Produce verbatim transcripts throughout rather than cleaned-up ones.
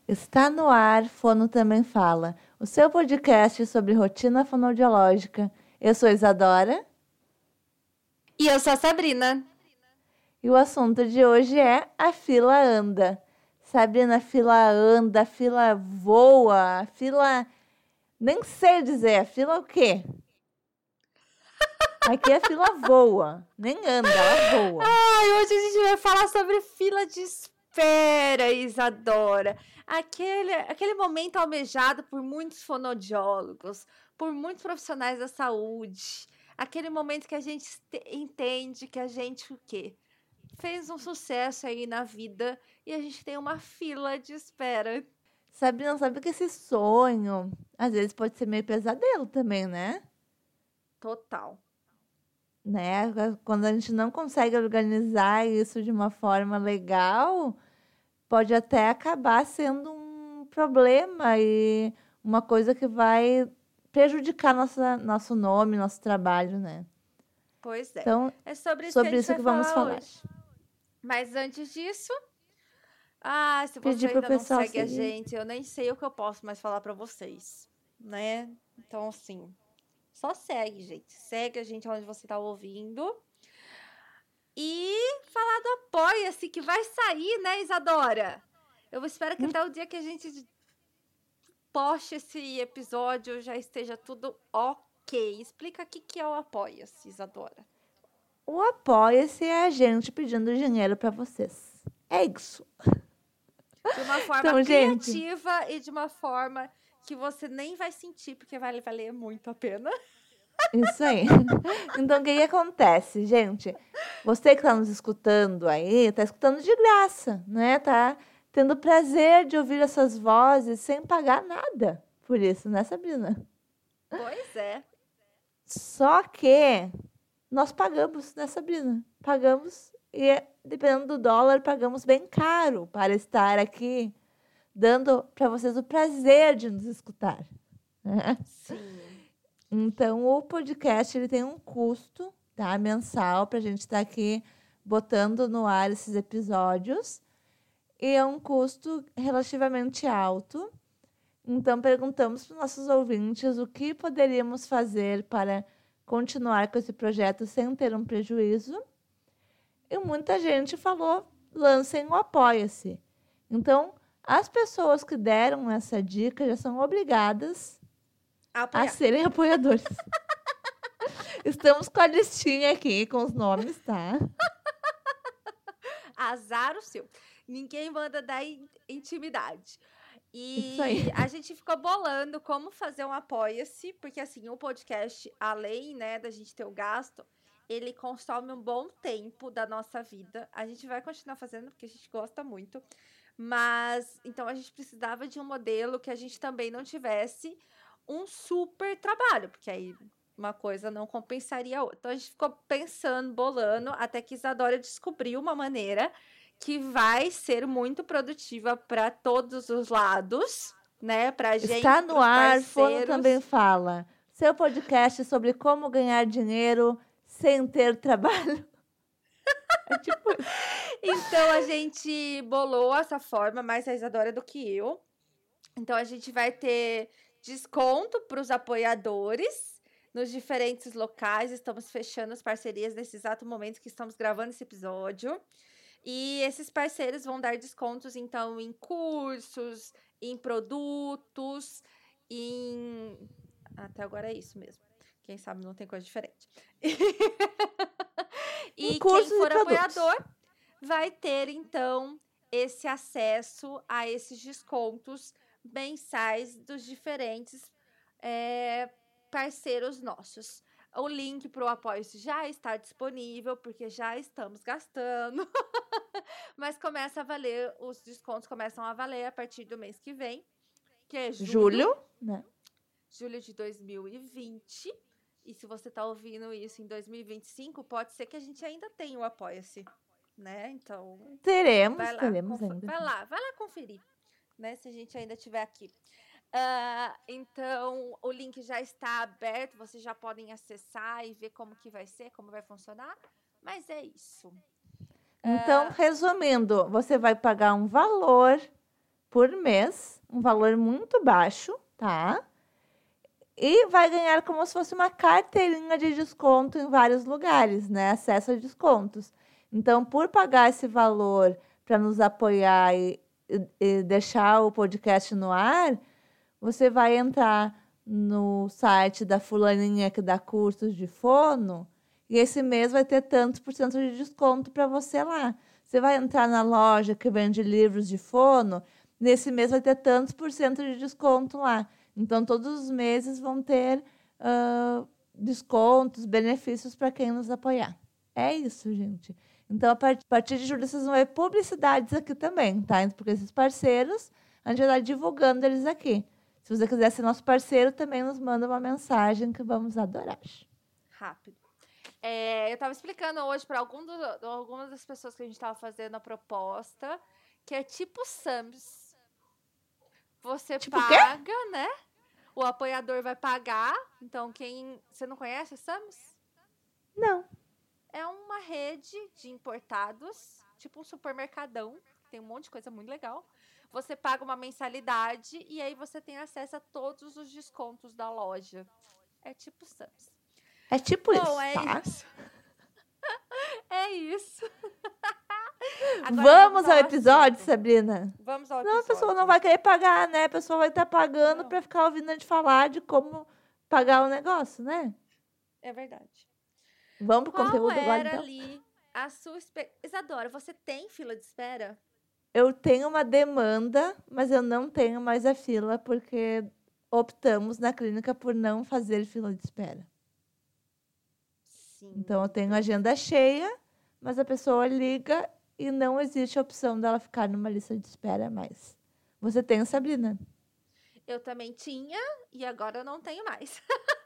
Está no ar, Fono Também Fala, o seu podcast sobre rotina fonoaudiológica. Eu sou Isadora. E eu sou a Sabrina. E o assunto de hoje é a fila anda. Sabrina, a fila anda, a fila voa, a fila... Nem sei dizer, a fila o quê? Aqui a fila voa, nem anda, ela voa. Ai, hoje a gente vai falar sobre fila de espera, Isadora. Aquele, aquele momento almejado por muitos fonoaudiólogos, por muitos profissionais da saúde. Aquele momento que a gente entende que a gente o quê? Fez um sucesso aí na vida e a gente tem uma fila de espera. Sabrina, sabe que esse sonho, às vezes pode ser meio pesadelo também, né? Total. Né? Quando a gente não consegue organizar isso de uma forma legal, pode até acabar sendo um problema e uma coisa que vai prejudicar nossa, nosso nome, nosso trabalho, né? Pois é. Então, é sobre isso sobre que, a gente isso vai que vamos falar falar. hoje. Mas antes disso, ah, se Pedir você pro ainda não pessoal segue a seguir. gente, eu nem sei o que eu posso mais falar pra vocês, né? Então, assim, só segue, gente. Segue a gente onde você tá ouvindo. E falar do Apoia-se, que vai sair, né, Isadora? Eu espero que Hum. até o dia que a gente poste esse episódio já esteja tudo ok. Explica o que, que é o Apoia-se, Isadora. O Apoia-se é a gente pedindo dinheiro para vocês. É isso. De uma forma Então, gente, criativa e de uma forma que você nem vai sentir, porque vai valer muito a pena. isso aí. Então, o que, que acontece, gente? Você que está nos escutando aí, está escutando de graça, né? Tá tendo o prazer de ouvir essas vozes sem pagar nada por isso, né, Sabrina? Pois é. Só que nós pagamos, né, Sabrina? Pagamos e, dependendo do dólar, pagamos bem caro para estar aqui, dando para vocês o prazer de nos escutar. Né? Sim. Então, o podcast ele tem um custo, tá, mensal, para a gente estar aqui botando no ar esses episódios. E é um custo relativamente alto. Então, perguntamos para os nossos ouvintes o que poderíamos fazer para continuar com esse projeto sem ter um prejuízo. E muita gente falou, lancem o Apoia-se. Então, as pessoas que deram essa dica já são obrigadas Apoiar. a serem apoiadores. Estamos com a listinha aqui, com os nomes, tá? Azar o seu. Ninguém manda dar intimidade. E Isso aí. a gente ficou bolando como fazer um apoia-se, porque assim, o podcast, além, né, da gente ter o gasto, ele consome um bom tempo da nossa vida. A gente vai continuar fazendo porque a gente gosta muito. Mas, então a gente precisava de um modelo que a gente também não tivesse um super trabalho, porque aí uma coisa não compensaria a outra. Então a gente ficou pensando, bolando, até que Isadora descobriu uma maneira que vai ser muito produtiva para todos os lados, né? Pra gente, Está no ar, Fono parceiros. Também Fala. Seu podcast sobre como ganhar dinheiro sem ter trabalho. É tipo isso. Então a gente bolou essa forma, mais a Isadora do que eu. Então a gente vai ter desconto para os apoiadores nos diferentes locais. Estamos fechando as parcerias nesse exato momento que estamos gravando esse episódio. E esses parceiros vão dar descontos, então, em cursos, em produtos, em... Até agora é isso mesmo. Quem sabe não tem coisa diferente. E quem for apoiador vai ter, então, esse acesso a esses descontos mensais dos diferentes é, parceiros nossos. O link para o Apoia-se já está disponível, porque já estamos gastando. Mas começa a valer, os descontos começam a valer a partir do mês que vem, que é julho. Julho, né? Julho de dois mil e vinte. E se você está ouvindo isso em dois mil e vinte e cinco, pode ser que a gente ainda tenha o Apoia-se, né? Então, teremos, vai lá, teremos conf... ainda. vai lá, vai lá conferir, né? Se a gente ainda estiver aqui. Uh, então, o link já está aberto, vocês já podem acessar e ver como que vai ser, como vai funcionar, mas é isso. Então, uh, resumindo, você vai pagar um valor por mês, um valor muito baixo, tá? E vai ganhar como se fosse uma carteirinha de desconto em vários lugares, né? Acesso a descontos. Então, por pagar esse valor para nos apoiar e, e, e deixar o podcast no ar, você vai entrar no site da fulaninha que dá cursos de fono e esse mês vai ter tantos por cento de desconto para você lá. Você vai entrar na loja que vende livros de fono, nesse mês vai ter tantos por cento de desconto lá. Então, todos os meses vão ter uh, descontos, benefícios para quem nos apoiar. É isso, gente. Então, a partir de julho, vocês vão ver publicidades aqui também, tá? Porque esses parceiros, a gente vai estar divulgando eles aqui. Se você quiser ser nosso parceiro, também nos manda uma mensagem que vamos adorar. Rápido. É, eu estava explicando hoje para algum algumas das pessoas que a gente estava fazendo a proposta, que é tipo Sams. Você tipo paga, né? O apoiador vai pagar. Então, quem... Você não conhece o Sams? Não. É uma rede de importados, tipo um supermercadão. Tem um monte de coisa muito legal. Você paga uma mensalidade e aí você tem acesso a todos os descontos da loja. É tipo Sams. É tipo Bom, isso, é tá? isso. É isso. Vamos ao episódio, assunto. Sabrina? Vamos ao episódio. Não, a pessoa não vai querer pagar, né? A pessoa vai estar pagando para ficar ouvindo a gente falar de como pagar o negócio, né? É verdade. Vamos pro Qual conteúdo era agora, então? ali a sua... Isadora, você tem fila de espera? Eu tenho uma demanda, mas eu não tenho mais a fila, porque optamos na clínica por não fazer fila de espera. Sim. Então, eu tenho agenda cheia, mas a pessoa liga e não existe a opção dela ficar numa lista de espera mais. Você tem, Sabrina? Eu também tinha, e agora eu não tenho mais.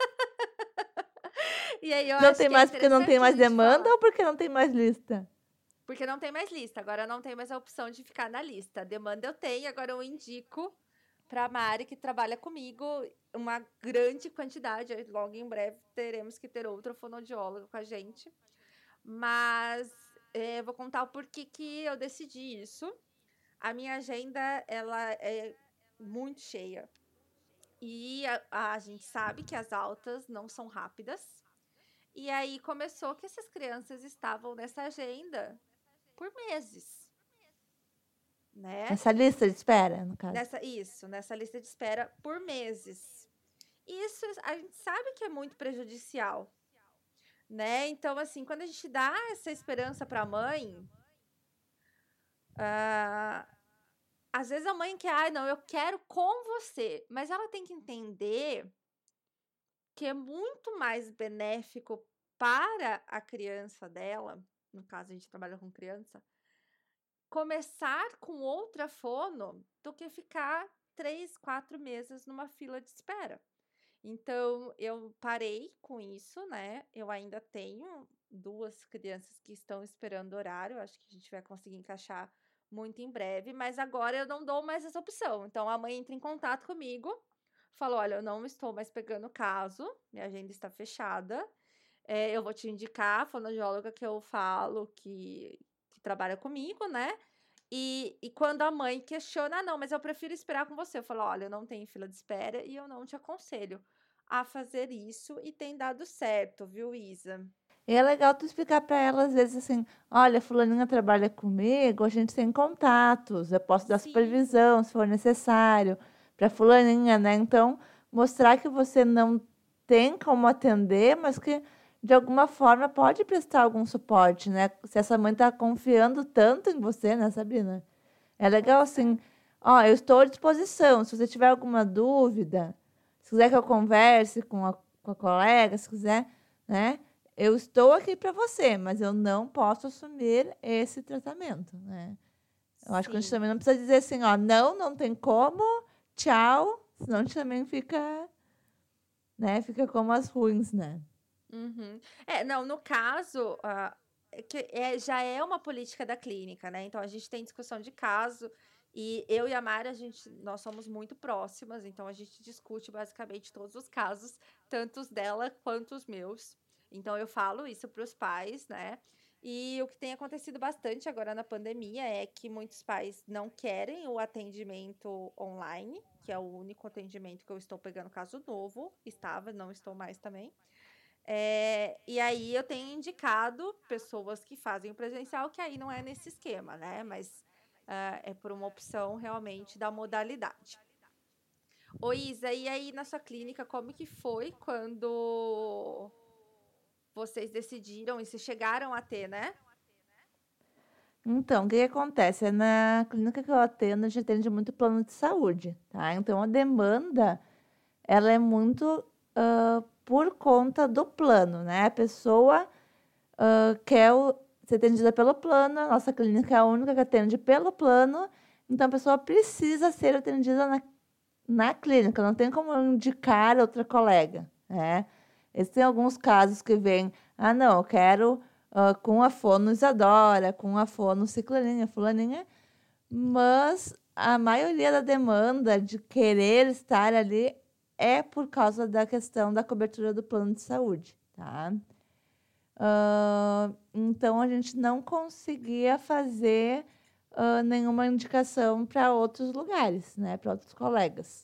E aí eu não acho tem que mais é porque não tem mais demanda falar. ou porque não tem mais lista? Porque não tem mais lista. Agora não tem mais a opção de ficar na lista. Demanda eu tenho, agora eu indico para a Mari, que trabalha comigo, uma grande quantidade. Logo em breve teremos que ter outro fonoaudiólogo com a gente. Mas é, vou contar o porquê que eu decidi isso. A minha agenda, ela é muito cheia. E a, a gente sabe que as altas não são rápidas. E aí começou que essas crianças estavam nessa agenda por meses. Né? Essa lista de espera, no caso. Nessa, isso, nessa lista de espera por meses. Isso a gente sabe que é muito prejudicial. Né? Então, assim, quando a gente dá essa esperança para a mãe, uh, às vezes a mãe quer, ah, não, eu quero com você, mas ela tem que entender que é muito mais benéfico para a criança dela, no caso a gente trabalha com criança, começar com outra fono do que ficar três, quatro meses numa fila de espera. Então, eu parei com isso, né? Eu ainda tenho duas crianças que estão esperando horário. Acho que a gente vai conseguir encaixar muito em breve. Mas agora eu não dou mais essa opção. Então, a mãe entra em contato comigo. Falou, olha, eu não estou mais pegando caso. Minha agenda está fechada. É, eu vou te indicar a fonoaudióloga que eu falo que, que trabalha comigo, né? E, e quando a mãe questiona, ah, não, mas eu prefiro esperar com você. Eu falo, olha, eu não tenho fila de espera e eu não te aconselho a fazer isso e tem dado certo, viu, Isa? E é legal tu explicar para ela, às vezes, assim, olha, fulaninha trabalha comigo, a gente tem contatos, eu posso dar Sim. supervisão se for necessário para fulaninha, né? Então, mostrar que você não tem como atender, mas que de alguma forma pode prestar algum suporte, né? Se essa mãe está confiando tanto em você, né, Sabrina? É legal assim, ó, eu estou à disposição, se você tiver alguma dúvida, se quiser que eu converse com a, com a colega, se quiser, né? Eu estou aqui para você, mas eu não posso assumir esse tratamento, né? Eu Sim. acho que a gente também não precisa dizer assim, ó, não, não tem como, tchau, senão a gente também fica, né? Fica como as ruins, né? Uhum. É, não, no caso, uh, é que é, já é uma política da clínica, né? Então, a gente tem discussão de caso e eu e a Mari, a gente, nós somos muito próximas, então a gente discute basicamente todos os casos, tanto os dela quanto os meus. Então, eu falo isso para os pais, né? E o que tem acontecido bastante agora na pandemia é que muitos pais não querem o atendimento online, que é o único atendimento que eu estou pegando caso novo. Estava, não estou mais também. É, e aí eu tenho indicado pessoas que fazem o presencial, que aí não é nesse esquema, né? Mas ah, é por uma opção realmente da modalidade. Ô Isa, e aí na sua clínica, como que foi quando vocês decidiram e se chegaram a ter, né? Então, o que que acontece? Na clínica que eu atendo, a gente atende muito plano de saúde, tá? Então, a demanda, ela é muito ah, por conta do plano, né? A pessoa ah, quer o- ser atendida pelo plano, a nossa clínica é a única que atende pelo plano, então a pessoa precisa ser atendida na, na clínica, não tem como indicar outra colega, né? Existem alguns casos que vêm, ah, não, eu quero ah, com a fono Isadora, com a fono ciclaninha, fulaninha, mas a maioria da demanda de querer estar ali é por causa da questão da cobertura do plano de saúde, tá? Ah, então, a gente não conseguia fazer ah, nenhuma indicação para outros lugares, né? Para outros colegas.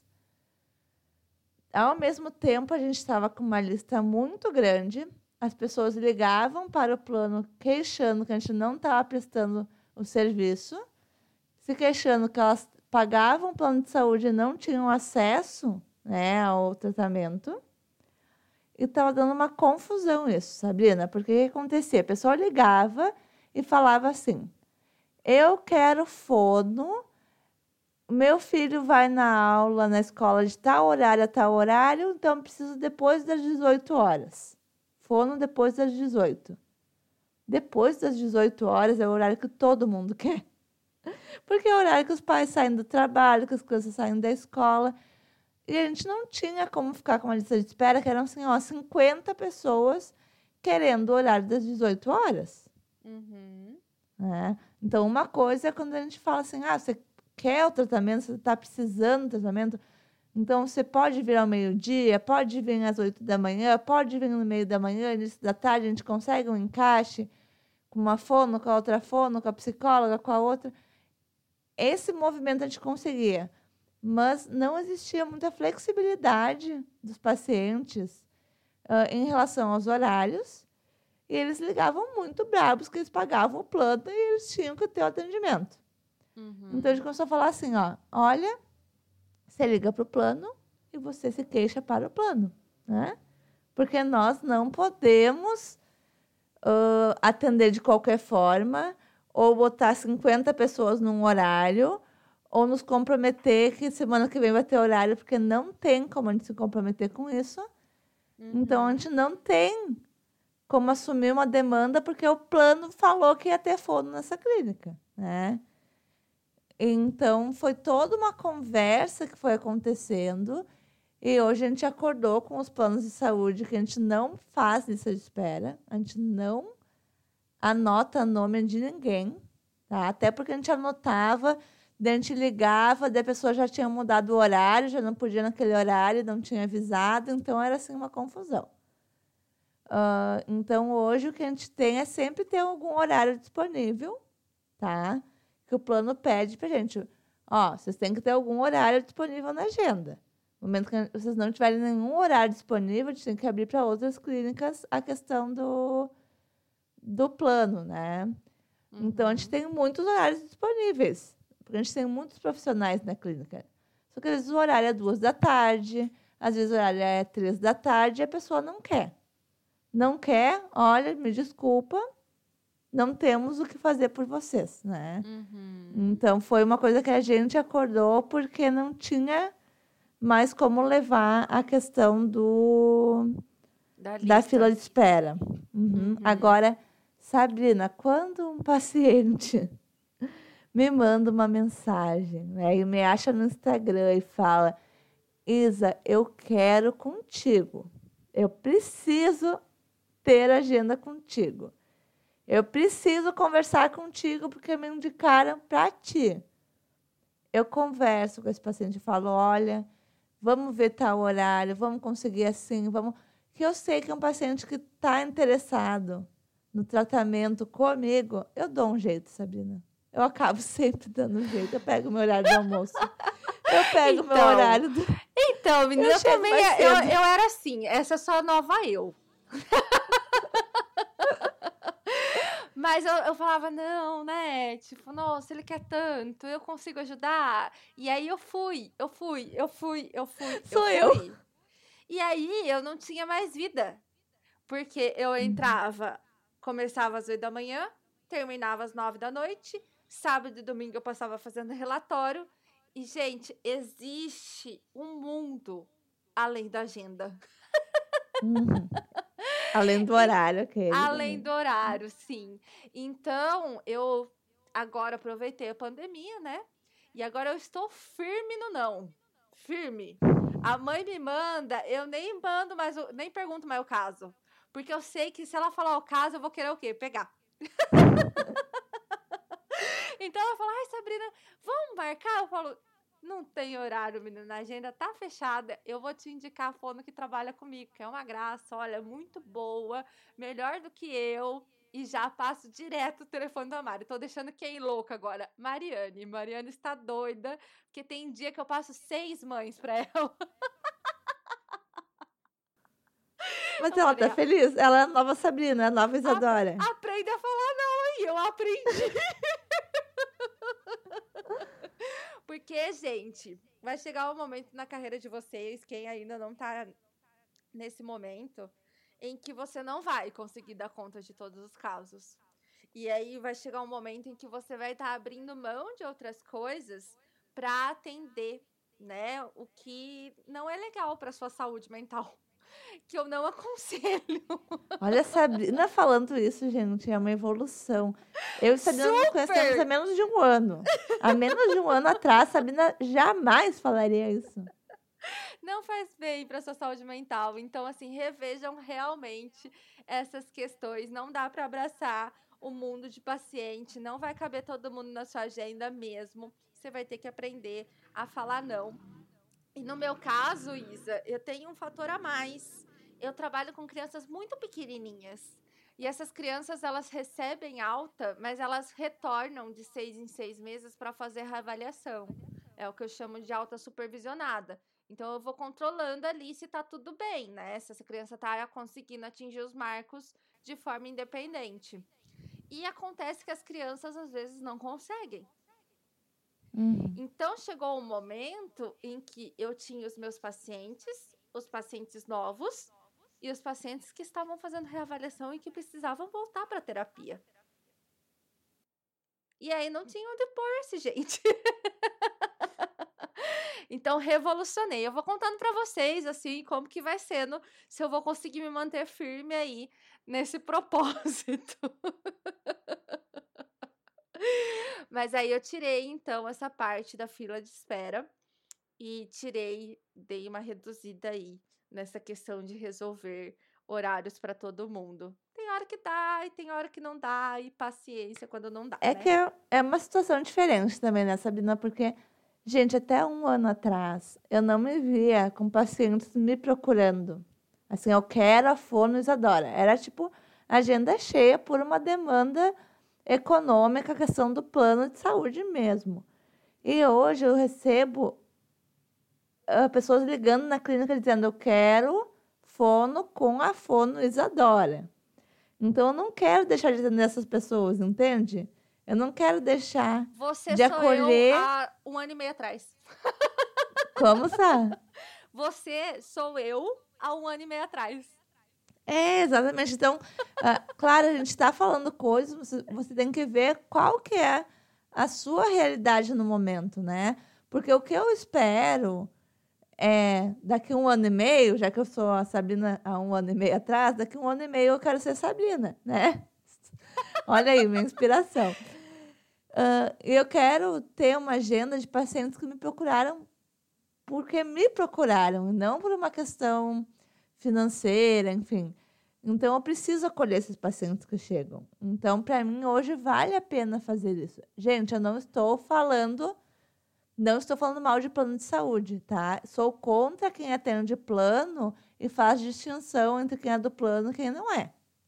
Ao mesmo tempo, a gente estava com uma lista muito grande. As pessoas ligavam para o plano queixando que a gente não estava prestando o serviço, se queixando que elas pagavam o plano de saúde e não tinham acesso, né, ao tratamento. E estava dando uma confusão isso, Sabrina, porque o que acontecia? A pessoa ligava e falava assim: eu quero fono, meu filho vai na aula na escola de tal horário a tal horário, então eu preciso depois das dezoito horas. Fono depois das dezoito. Depois das dezoito horas é o horário que todo mundo quer. Porque é o horário que os pais saem do trabalho, que as crianças saem da escola. E a gente não tinha como ficar com uma lista de espera, que eram assim, ó, cinquenta pessoas querendo o horário das dezoito horas. Uhum. Né? Então, uma coisa é quando a gente fala assim, ah, você quer o tratamento, você está precisando do tratamento, então você pode vir ao meio-dia, pode vir às oito da manhã, pode vir no meio da manhã, início da tarde, a gente consegue um encaixe com uma fono, com a outra fono, com a psicóloga, com a outra. Esse movimento a gente conseguia, mas não existia muita flexibilidade dos pacientes ah, em relação aos horários, e eles ligavam muito bravos que eles pagavam o plano e eles tinham que ter o atendimento. Uhum. Então a gente começou a falar assim, ó, olha, você liga para o plano e você se queixa para o plano, né? Porque nós não podemos uh, atender de qualquer forma, ou botar cinquenta pessoas num horário, ou nos comprometer que semana que vem vai ter horário, porque não tem como a gente se comprometer com isso. Uhum. Então, a gente não tem como assumir uma demanda, porque o plano falou que ia ter fono nessa clínica, né? Então, foi toda uma conversa que foi acontecendo, e hoje a gente acordou com os planos de saúde que a gente não faz lista de espera, a gente não anota nome de ninguém, tá? Até porque a gente anotava, daí a gente ligava, daí a pessoa já tinha mudado o horário, já não podia naquele horário, não tinha avisado, então era assim uma confusão. Uh, então hoje o que a gente tem é sempre ter algum horário disponível, tá? Que o plano pede pra gente. Ó, vocês têm que ter algum horário disponível na agenda. No momento que vocês não tiverem nenhum horário disponível, a gente tem que abrir para outras clínicas a questão do do plano, né? Uhum. Então, a gente tem muitos horários disponíveis, porque a gente tem muitos profissionais na clínica. Só que, às vezes, o horário é duas da tarde, às vezes, o horário é três da tarde, e a pessoa não quer. Não quer, olha, me desculpa, não temos o que fazer por vocês, né? Uhum. Então, foi uma coisa que a gente acordou porque não tinha mais como levar a questão do da, da fila de espera. Uhum. Uhum. Agora, Sabrina, quando um paciente me manda uma mensagem, né, e me acha no Instagram e fala: Isa, eu quero contigo. Eu preciso ter agenda contigo. Eu preciso conversar contigo porque me indicaram para ti. Eu converso com esse paciente e falo: olha, vamos ver tal horário, vamos conseguir assim, vamos... Que eu sei que é um paciente que está interessado, no tratamento comigo, eu dou um jeito, Sabrina. Eu acabo sempre dando um jeito. Eu pego o meu horário do almoço. Eu pego o Então, meu horário do... Então, menina, Eu eu, chego também, mais eu, cedo. eu era assim, essa é só nova eu. Mas eu, eu falava, não, né? Tipo, nossa, ele quer tanto, eu consigo ajudar. E aí eu fui, eu fui, eu fui, eu fui, Sou eu eu. fui. E aí eu não tinha mais vida. Porque eu entrava, começava às oito da manhã, terminava às nove da noite. Sábado e domingo eu passava fazendo relatório. E, gente, existe um mundo além da agenda. Uhum. Além do horário, aquele. Além Também. do horário, sim. Então, eu agora aproveitei a pandemia, né? E agora eu estou firme no não. Firme. A mãe me manda, eu nem mando mais, o- nem pergunto mais o caso. Porque eu sei que se ela falar o caso, eu vou querer o quê? Pegar. Então ela fala, ai, Sabrina, vamos marcar? Eu falo, não tem horário, menina, a agenda tá fechada. Eu vou te indicar a fono que trabalha comigo, que é uma graça, olha, muito boa, melhor do que eu. E já passo direto o telefone da Mari. Tô deixando quem louca agora? Mariane. Mariane está doida, porque tem dia que eu passo seis mães pra ela. Mas Eu ela falei, tá feliz? Ela é a nova Sabrina, a nova Isadora. aprenda a falar não aí, eu aprendi. Porque, gente, vai chegar um momento na carreira de vocês, quem ainda não tá nesse momento, em que você não vai conseguir dar conta de todos os casos. E aí vai chegar um momento em que você vai estar abrindo mão de outras coisas para atender, né, o que não é legal para sua saúde mental, que eu não aconselho. Olha a Sabrina falando isso, gente, é uma evolução. Eu e Sabrina nos conhecemos há Super! menos de um ano. Há menos de um ano atrás, Sabrina jamais falaria isso. Não faz bem para sua saúde mental. Então, assim, revejam realmente essas questões. Não dá para abraçar o mundo de paciente, não vai caber todo mundo na sua agenda mesmo. Você vai ter que aprender a falar não. E no meu caso, Isa, eu tenho um fator a mais. Eu trabalho com crianças muito pequenininhas. E essas crianças, elas recebem alta, mas elas retornam de seis em seis meses para fazer reavaliação. É o que eu chamo de alta supervisionada. Então, eu vou controlando ali se tá tudo bem, né? Se essa criança tá conseguindo atingir os marcos de forma independente. E acontece que as crianças, às vezes, não conseguem. Uhum. Então, chegou um momento em que eu tinha os meus pacientes, os pacientes novos e os pacientes que estavam fazendo reavaliação e que precisavam voltar para a terapia. E aí não tinha onde pôr-se, gente. Então, revolucionei. Eu vou contando para vocês, assim, como que vai sendo, se eu vou conseguir me manter firme aí nesse propósito. Mas aí eu tirei, então, essa parte da fila de espera e tirei, dei uma reduzida aí nessa questão de resolver horários para todo mundo. Tem hora que dá e tem hora que não dá, e paciência quando não dá, É né? que é, é uma situação diferente também, né, Sabrina? Porque, gente, até um ano atrás, eu não me via com pacientes me procurando. Assim, eu quero a fono Isadora. Era tipo, agenda cheia por uma demanda econômica, questão do plano de saúde mesmo. E hoje eu recebo uh, pessoas ligando na clínica dizendo, eu quero fono com a fono Isadora. Então, eu não quero deixar de atender essas pessoas, entende? Eu não quero deixar Você de sou acolher. eu há um ano e meio atrás. Como sabe? Você sou eu há um ano e meio atrás. É, exatamente. Então, uh, claro, a gente está falando coisas, você, você tem que ver qual que é a sua realidade no momento, né? Porque o que eu espero é, daqui a um ano e meio, já que eu sou a Sabrina há um ano e meio atrás, daqui a um ano e meio eu quero ser Sabrina, né? Olha aí, minha inspiração. Uh, eu quero ter uma agenda de pacientes que me procuraram porque me procuraram, não por uma questão financeira, enfim. Então, eu preciso acolher esses pacientes que chegam. Então, para mim, hoje vale a pena fazer isso. Gente, eu não estou falando, não estou falando mal de plano de saúde, tá? Sou contra quem atende plano e faz distinção entre quem é do plano e quem não é.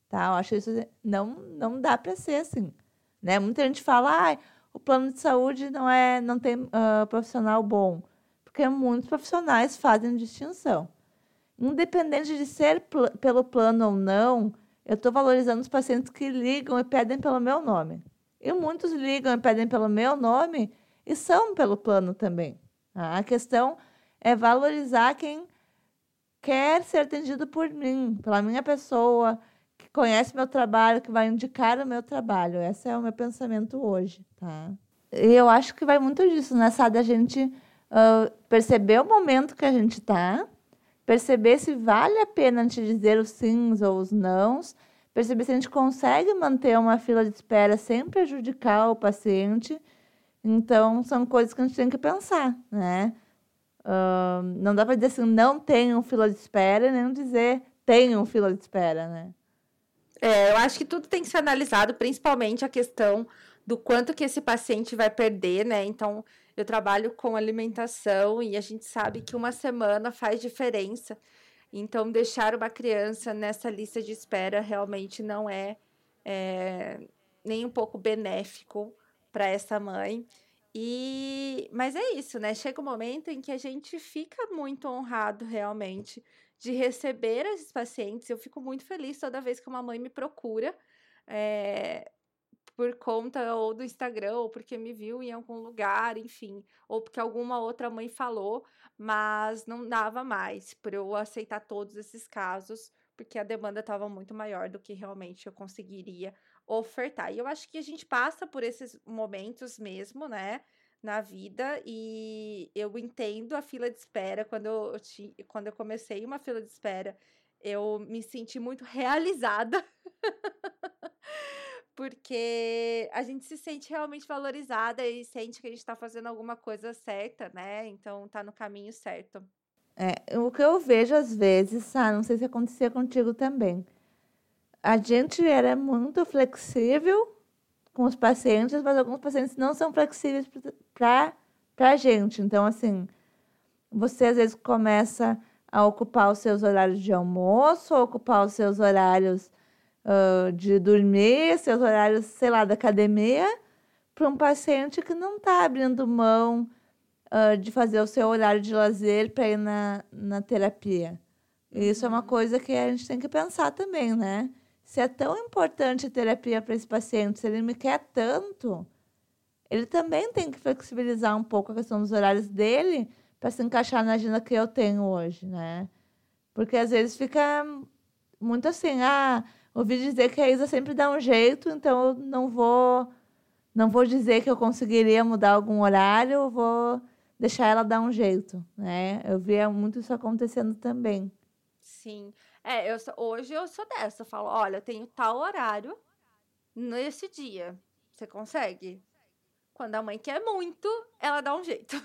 tá? Eu acho isso não, não dá para ser assim, né? Muita gente fala, ah, o plano de saúde não, é, não tem uh, profissional bom, porque muitos profissionais fazem distinção. Independente de ser pl- pelo plano ou não, eu estou valorizando os pacientes que ligam e pedem pelo meu nome. E muitos ligam e pedem pelo meu nome e são pelo plano também. Tá? A questão é valorizar quem quer ser atendido por mim, pela minha pessoa, que conhece meu trabalho, que vai indicar o meu trabalho. Esse é o meu pensamento hoje. Tá? E eu acho que vai muito disso, né? Sabe, a gente uh, perceber o momento que a gente está, perceber se vale a pena a gente dizer os sims ou os nãos, perceber se a gente consegue manter uma fila de espera sem prejudicar o paciente. Então, são coisas que a gente tem que pensar, né? Uh, não dá para dizer assim, não tenham fila de espera, nem dizer tenham fila de espera, né? É, eu acho que tudo tem que ser analisado, principalmente a questão do quanto que esse paciente vai perder, né? Então, eu trabalho com alimentação e a gente sabe que uma semana faz diferença. Então, deixar uma criança nessa lista de espera realmente não é, é nem um pouco benéfico para essa mãe. E, mas é isso, né? Chega um momento em que a gente fica muito honrado realmente de receber esses pacientes. Eu fico muito feliz toda vez que uma mãe me procura, é, por conta ou do Instagram, ou porque me viu em algum lugar, enfim, ou porque alguma outra mãe falou, mas não dava mais para eu aceitar todos esses casos, porque a demanda estava muito maior do que realmente eu conseguiria ofertar. E eu acho que a gente passa por esses momentos mesmo, né, na vida, e eu entendo a fila de espera. Quando eu, ti- quando eu comecei uma fila de espera, eu me senti muito realizada, porque a gente se sente realmente valorizada e sente que a gente está fazendo alguma coisa certa, né? Então tá no caminho certo. É, o que eu vejo às vezes, ah, não sei se acontecia contigo também. A gente era muito flexível com os pacientes, mas alguns pacientes não são flexíveis para a gente. Então, assim, você às vezes começa a ocupar os seus horários de almoço, a ocupar os seus horários uh, de dormir, seus horários, sei lá, da academia, para um paciente que não está abrindo mão uh, de fazer o seu horário de lazer para ir na, na terapia. E isso é uma coisa que a gente tem que pensar também, né? Se é tão importante a terapia para esse paciente, se ele me quer tanto, ele também tem que flexibilizar um pouco a questão dos horários dele para se encaixar na agenda que eu tenho hoje, né? Porque às vezes fica muito assim, ah, ouvi dizer que a Isa sempre dá um jeito, então eu não vou, não vou dizer que eu conseguiria mudar algum horário, eu vou deixar ela dar um jeito, né? Eu via muito isso acontecendo também. Sim. É, eu sou- hoje eu sou dessa. Eu falo, olha, eu tenho tal horário nesse dia. Você consegue? Quando a mãe quer muito, ela dá um jeito.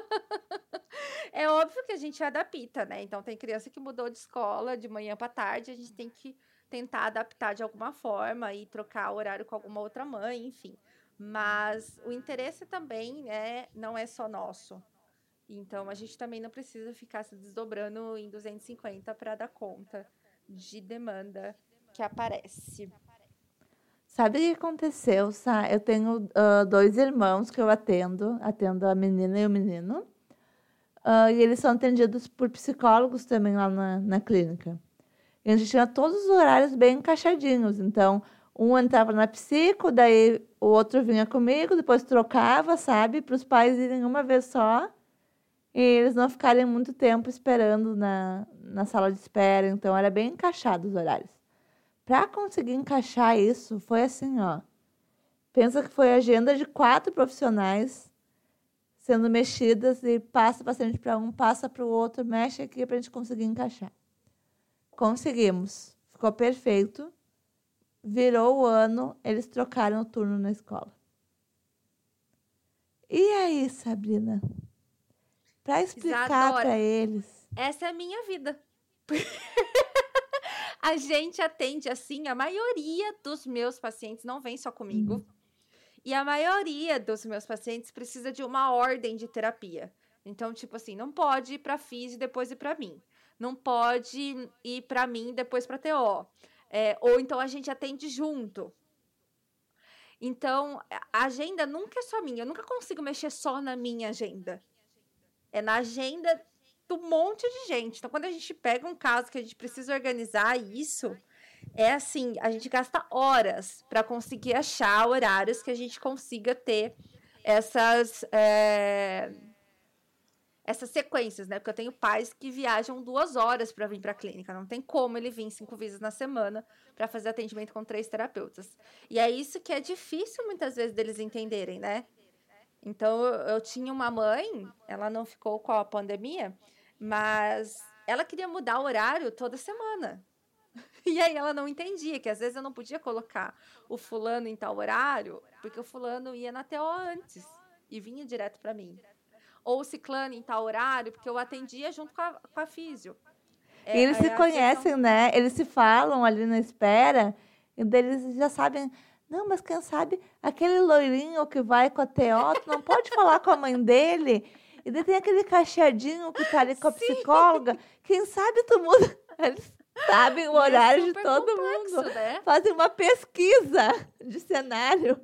É óbvio que a gente adapta, né? Então tem criança que mudou de escola de manhã para tarde, a gente tem que tentar adaptar de alguma forma e trocar o horário com alguma outra mãe, enfim. Mas o interesse também é, não é só nosso. Então a gente também não precisa ficar se desdobrando em duzentos e cinquenta para dar conta de demanda que aparece. Sabe o que aconteceu, Sá? Eu tenho uh, dois irmãos que eu atendo, atendo a menina e o menino. Uh, e eles são atendidos por psicólogos também lá na, na clínica. E a gente tinha todos os horários bem encaixadinhos. Então, um entrava na psico, daí o outro vinha comigo, depois trocava, sabe? Para os pais irem uma vez só e eles não ficarem muito tempo esperando na, na sala de espera. Então, era bem encaixado os horários. Para conseguir encaixar isso, foi assim, ó. Pensa que foi a agenda de quatro profissionais sendo mexidas e passa o paciente para um, passa para o outro, mexe aqui para a gente conseguir encaixar. Conseguimos. Ficou perfeito. Virou o ano, eles trocaram o turno na escola. E aí, Sabrina? Para explicar Isadora, para eles. essa é a minha vida. A gente atende assim, a maioria dos meus pacientes não vem só comigo. Hum. E a maioria dos meus pacientes precisa de uma ordem de terapia. Então, tipo assim, não pode ir para F I S e depois ir para mim. Não pode ir para mim e depois para T O. É, ou então a gente atende junto. Então, a agenda nunca é só minha. Eu nunca consigo mexer só na minha agenda. É na agenda do monte de gente. Então, quando a gente pega um caso que a gente precisa organizar isso, é assim, a gente gasta horas para conseguir achar horários que a gente consiga ter essas... É... essas sequências, né? Porque eu tenho pais que viajam duas horas para vir para a clínica. Não tem como ele vir cinco vezes na semana para fazer atendimento com três terapeutas. E é isso que é difícil muitas vezes deles entenderem, né? Então, eu, eu tinha uma mãe, ela não ficou com a pandemia, mas ela queria mudar o horário toda semana. E aí ela não entendia que às vezes eu não podia colocar o fulano em tal horário, porque o fulano ia na T O antes e vinha direto para mim. Ou o ciclano em tal horário, porque eu atendia junto com a, com a físio. É, e eles se conhecem, questão... né? Eles se falam ali na espera, e eles já sabem... Não, mas quem sabe, aquele loirinho que vai com a T O, tu não pode falar com a mãe dele? E daí tem aquele cacheadinho que tá ali com a Sim. psicóloga. Quem sabe tu muda... Eles sabem o horário é de todo complexo, mundo. Né? Fazem uma pesquisa de cenário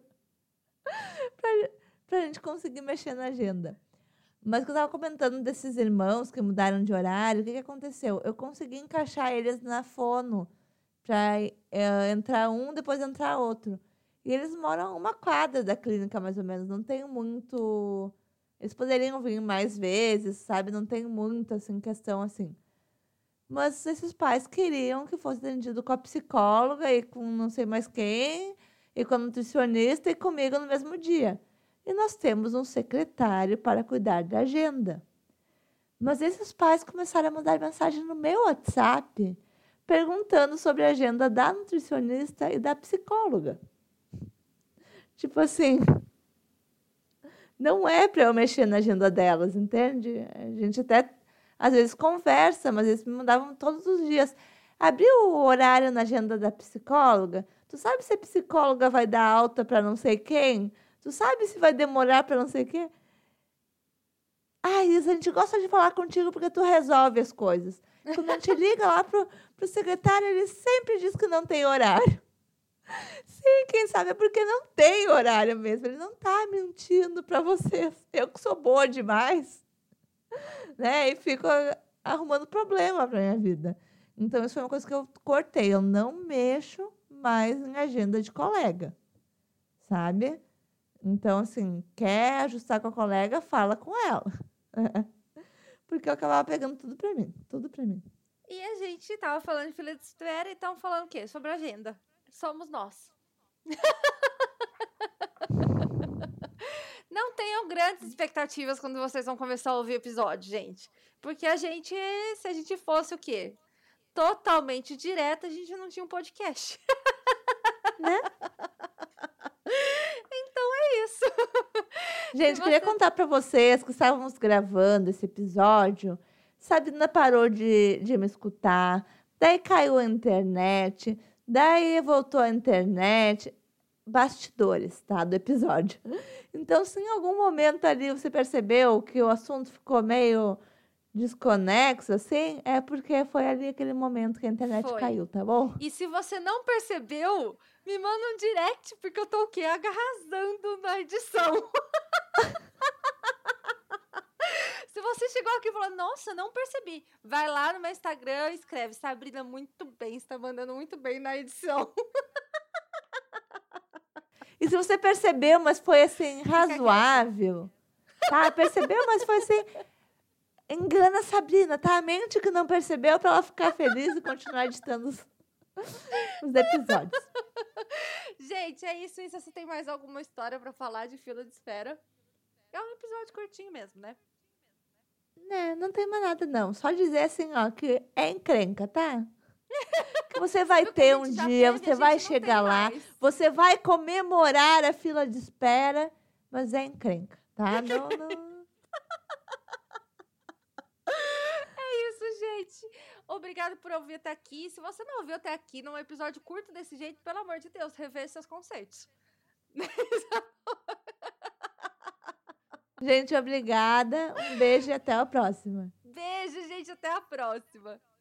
pra, pra gente conseguir mexer na agenda. Mas que eu estava comentando desses irmãos que mudaram de horário, o que, que aconteceu? Eu consegui encaixar eles na fono para é, entrar um, depois entrar outro. E eles moram a uma quadra da clínica, mais ou menos. Não tem muito... Eles poderiam vir mais vezes, sabe? Não tem muito, assim, questão assim. Mas esses pais queriam que fosse atendido com a psicóloga e com não sei mais quem, e com a nutricionista e comigo no mesmo dia. E nós temos um secretário para cuidar da agenda. Mas esses pais começaram a mandar mensagem no meu WhatsApp, perguntando sobre a agenda da nutricionista e da psicóloga. Tipo assim, não é para eu mexer na agenda delas, entende? A gente até, às vezes, conversa, mas eles me mandavam todos os dias. Abriu o horário na agenda da psicóloga? Tu sabe se a psicóloga vai dar alta para não sei quem? Tu sabe se vai demorar para não sei o quê? Ah, Isa, a gente gosta de falar contigo porque tu resolve as coisas. Quando a gente liga lá pro, pro secretário, ele sempre diz que não tem horário. Sim, quem sabe é porque não tem horário mesmo. Ele não está mentindo para vocês. Eu que sou boa demais, né? E fico arrumando problema para minha vida. Então, isso foi uma coisa que eu cortei. Eu não mexo mais em agenda de colega, sabe? Então, assim, quer ajustar com a colega, fala com ela. Porque eu acabava pegando tudo para mim. Tudo para mim. E a gente tava falando de fila de espera e estão falando o quê? Sobre a agenda. Somos nós. Não tenham grandes expectativas quando vocês vão começar a ouvir o episódio, gente. Porque a gente, se a gente fosse o quê? Totalmente direta, a gente não tinha um podcast. Né? Então é isso. Gente, você... queria contar para vocês que estávamos gravando esse episódio. Sabrina parou de, de me escutar. Daí caiu a internet. Daí voltou a internet. Bastidores, tá? Do episódio. Então, se em algum momento ali você percebeu que o assunto ficou meio desconexo, assim, é porque foi ali aquele momento que a internet foi. Caiu, tá bom? E se você não percebeu, me manda um direct, porque eu tô o quê? Arrasando na edição. Se você chegou aqui e falou, nossa, não percebi, vai lá no meu Instagram e escreve, Sabrina, muito bem, você tá mandando muito bem na edição. E se você percebeu, mas foi assim, razoável, tá? Percebeu, mas foi assim, engana a Sabrina, tá? Mente que não percebeu pra ela ficar feliz e continuar editando os, os episódios. Gente, é isso. E se você tem mais alguma história pra falar de fila de espera? É um episódio curtinho mesmo, né? Né, não tem mais nada, não. Só dizer assim, ó, que é encrenca, tá? Que você vai ter um dia, teve, você vai chegar lá, mais. Você vai comemorar a fila de espera, mas é encrenca, tá? Não, não... É isso, gente. Obrigado por ouvir até aqui. Se você não ouviu até aqui, num episódio curto desse jeito, pelo amor de Deus, rever seus conceitos. Gente, obrigada. Um beijo e até a próxima. Beijo, gente. Até a próxima.